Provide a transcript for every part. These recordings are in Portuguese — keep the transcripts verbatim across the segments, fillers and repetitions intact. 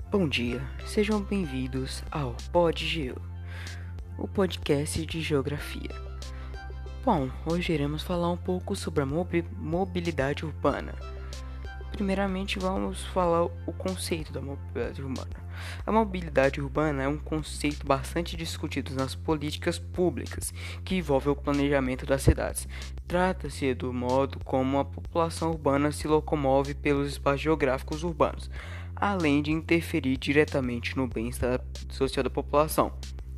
Bom dia, sejam bem-vindos ao PodGeo, o podcast de geografia. Bom, hoje iremos falar um pouco sobre a mobi- mobilidade urbana. Primeiramente, vamos falar o conceito da mobilidade urbana. A mobilidade urbana é um conceito bastante discutido nas políticas públicas que envolve o planejamento das cidades. Trata-se do modo como a população urbana se locomove pelos espaços geográficos urbanos, além de interferir diretamente no bem-estar social da população.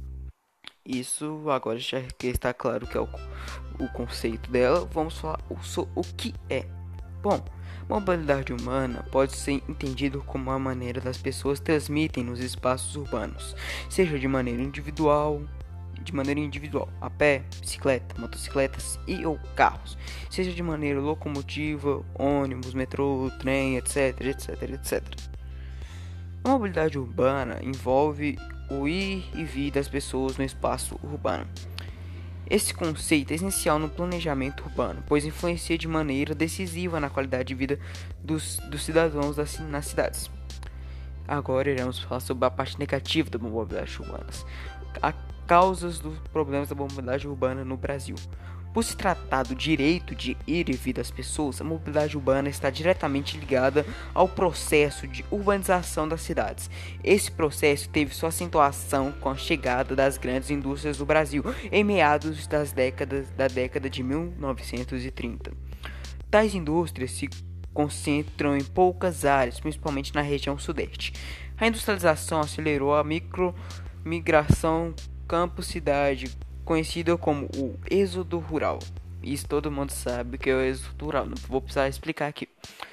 Isso agora já que está claro que é o, o conceito dela, vamos falar o, o que é. Bom, mobilidade humana pode ser entendido como a maneira das pessoas transmitem nos espaços urbanos, seja de maneira individual, de maneira individual, a pé, bicicleta, motocicletas e ou carros, seja de maneira locomotiva, ônibus, metrô, trem, etc, etc, etcétera. A mobilidade urbana envolve o ir e vir das pessoas no espaço urbano. Esse conceito é essencial no planejamento urbano, pois influencia de maneira decisiva na qualidade de vida dos, dos cidadãos das, nas cidades. Agora iremos falar sobre a parte negativa da mobilidade urbana, as causas dos problemas da mobilidade urbana no Brasil. Por se tratar do direito de ir e vir das pessoas, a mobilidade urbana está diretamente ligada ao processo de urbanização das cidades. Esse processo teve sua acentuação com a chegada das grandes indústrias do Brasil em meados das décadas, da década de mil novecentos e trinta. Tais indústrias se concentram em poucas áreas, principalmente na região sudeste. A industrialização acelerou a micromigração campo-cidade, conhecido como o êxodo rural. Isso todo mundo sabe que é o êxodo rural, não vou precisar explicar aqui.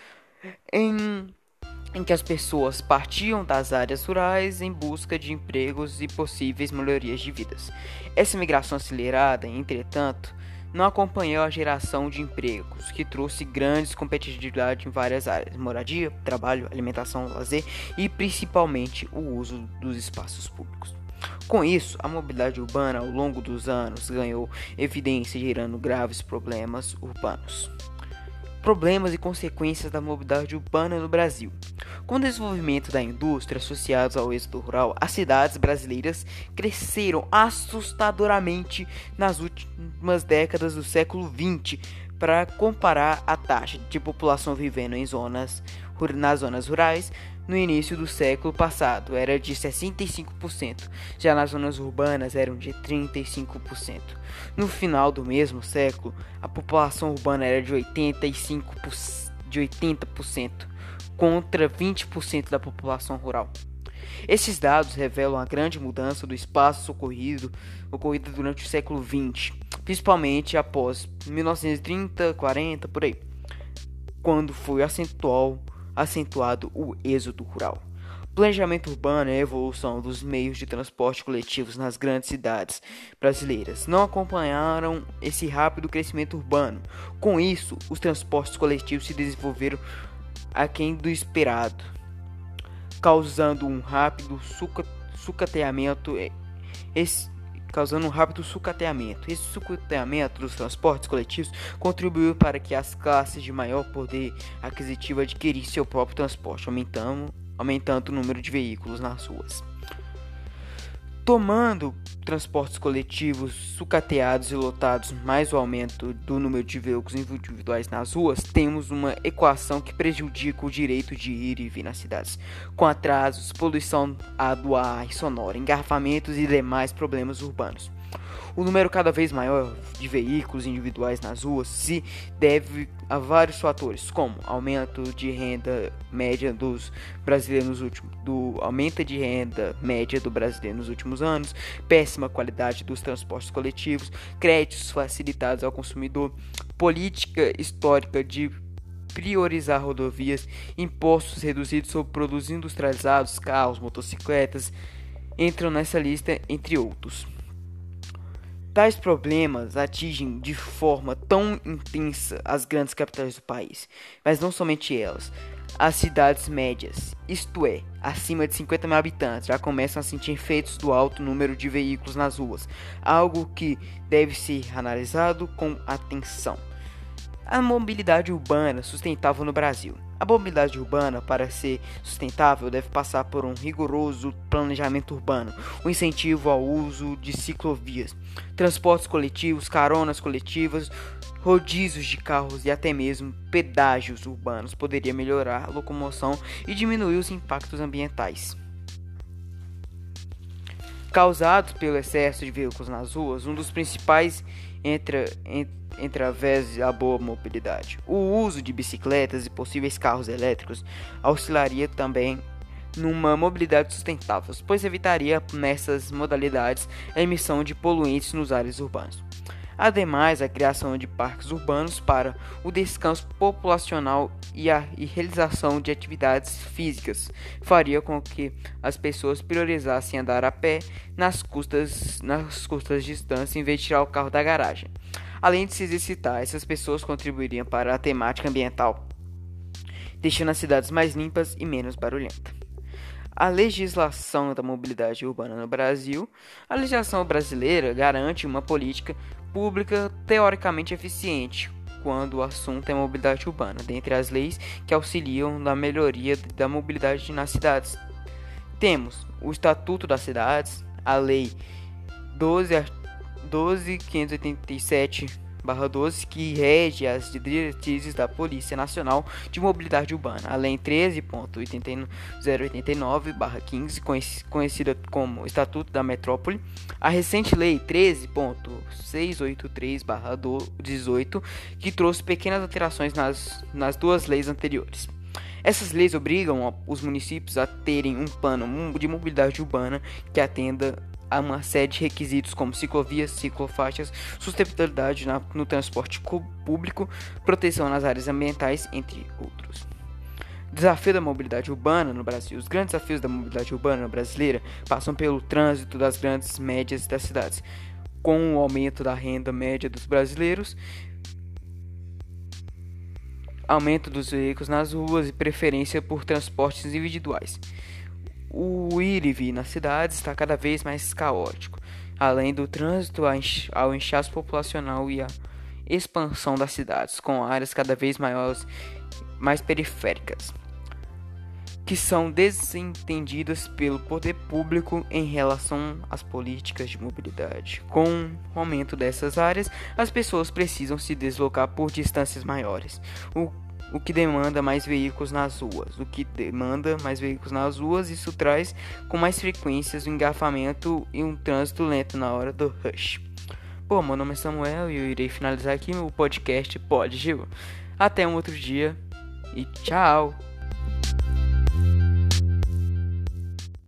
Em, em que as pessoas partiam das áreas rurais em busca de empregos e possíveis melhorias de vidas. Essa migração acelerada, entretanto, não acompanhou a geração de empregos, que trouxe grandes competitividade em várias áreas: moradia, trabalho, alimentação, lazer e principalmente o uso dos espaços públicos. Com isso, a mobilidade urbana ao longo dos anos ganhou evidência, gerando graves problemas urbanos. Problemas e consequências da mobilidade urbana no Brasil. Com o desenvolvimento da indústria associados ao êxodo rural, as cidades brasileiras cresceram assustadoramente nas últimas décadas do século vinte. Para comparar a taxa de população vivendo em zonas, nas zonas rurais, no início do século passado era de sessenta e cinco por cento, já nas zonas urbanas eram de trinta e cinco por cento. No final do mesmo século, a população urbana era de oitenta e cinco por cento, de oitenta por cento contra vinte por cento da população rural. Esses dados revelam a grande mudança do espaço ocorrido, ocorrido durante o século vinte, principalmente após mil novecentos e trinta, quarenta, por aí, quando foi acentuado acentuado o êxodo rural. Planejamento urbano e a evolução dos meios de transporte coletivos nas grandes cidades brasileiras não acompanharam esse rápido crescimento urbano. Com isso, os transportes coletivos se desenvolveram aquém do esperado, causando um rápido suca sucateamento esse causando um rápido sucateamento. Esse sucateamento dos transportes coletivos contribuiu para que as classes de maior poder aquisitivo adquirissem seu próprio transporte, aumentando, aumentando o número de veículos nas ruas. Tomando transportes coletivos sucateados e lotados mais o aumento do número de veículos individuais nas ruas, temos uma equação que prejudica o direito de ir e vir nas cidades, com atrasos, poluição do ar e sonora, engarrafamentos e demais problemas urbanos. O número cada vez maior de veículos individuais nas ruas se deve a vários fatores, como aumento de renda média dos brasileiros nos últimos, do aumento de renda média do brasileiro nos últimos anos, péssima qualidade dos transportes coletivos, créditos facilitados ao consumidor, política histórica de priorizar rodovias, impostos reduzidos sobre produtos industrializados, carros, motocicletas, entram nessa lista, entre outros. Tais problemas atingem de forma tão intensa as grandes capitais do país, mas não somente elas. As cidades médias, isto é, acima de cinquenta mil habitantes, já começam a sentir efeitos do alto número de veículos nas ruas, algo que deve ser analisado com atenção. A mobilidade urbana sustentável no Brasil. A mobilidade urbana, para ser sustentável, deve passar por um rigoroso planejamento urbano, o incentivo ao uso de ciclovias, transportes coletivos, caronas coletivas, rodízios de carros e até mesmo pedágios urbanos poderia melhorar a locomoção e diminuir os impactos ambientais causados pelo excesso de veículos nas ruas. Um dos principais entra, entravés a boa mobilidade. O uso de bicicletas e possíveis carros elétricos auxiliaria também numa mobilidade sustentável, pois evitaria nessas modalidades a emissão de poluentes nos ares urbanos. Ademais, a criação de parques urbanos para o descanso populacional e a e realização de atividades físicas faria com que as pessoas priorizassem andar a pé nas custas, nas custas distâncias em vez de tirar o carro da garagem. Além de se exercitar, essas pessoas contribuiriam para a temática ambiental, deixando as cidades mais limpas e menos barulhentas. A legislação da mobilidade urbana no Brasil. A legislação brasileira garante uma política pública teoricamente eficiente quando o assunto é mobilidade urbana, dentre as leis que auxiliam na melhoria da mobilidade nas cidades. Temos o Estatuto das Cidades, a Lei doze mil quinhentos e oitenta e sete barra doze, que rege as diretrizes da Polícia Nacional de Mobilidade Urbana, a Lei treze ponto zero oitenta e nove barra quinze, conhecida como Estatuto da Metrópole, a recente Lei treze ponto seiscentos e oitenta e três barra dezoito, que trouxe pequenas alterações nas, nas duas leis anteriores. Essas leis obrigam os municípios a terem um plano de mobilidade urbana que atenda a uma série de requisitos como ciclovias, ciclofaixas, sustentabilidade na, no transporte público, proteção nas áreas ambientais, entre outros. Desafio da mobilidade urbana no Brasil. Os grandes desafios da mobilidade urbana brasileira passam pelo trânsito das grandes médias das cidades, com o aumento da renda média dos brasileiros, aumento dos veículos nas ruas e preferência por transportes individuais. O ir e vir nas cidades está cada vez mais caótico, além do trânsito ao inchaço populacional e a expansão das cidades, com áreas cada vez maiores, mais periféricas, que são desentendidas pelo poder público em relação às políticas de mobilidade. Com o aumento dessas áreas, as pessoas precisam se deslocar por distâncias maiores, o o que demanda mais veículos nas ruas. O que demanda mais veículos nas ruas, isso traz com mais frequências o engarrafamento e um trânsito lento na hora do rush. Bom, meu nome é Samuel e eu irei finalizar aqui meu podcast Pode Gil. Até um outro dia e tchau!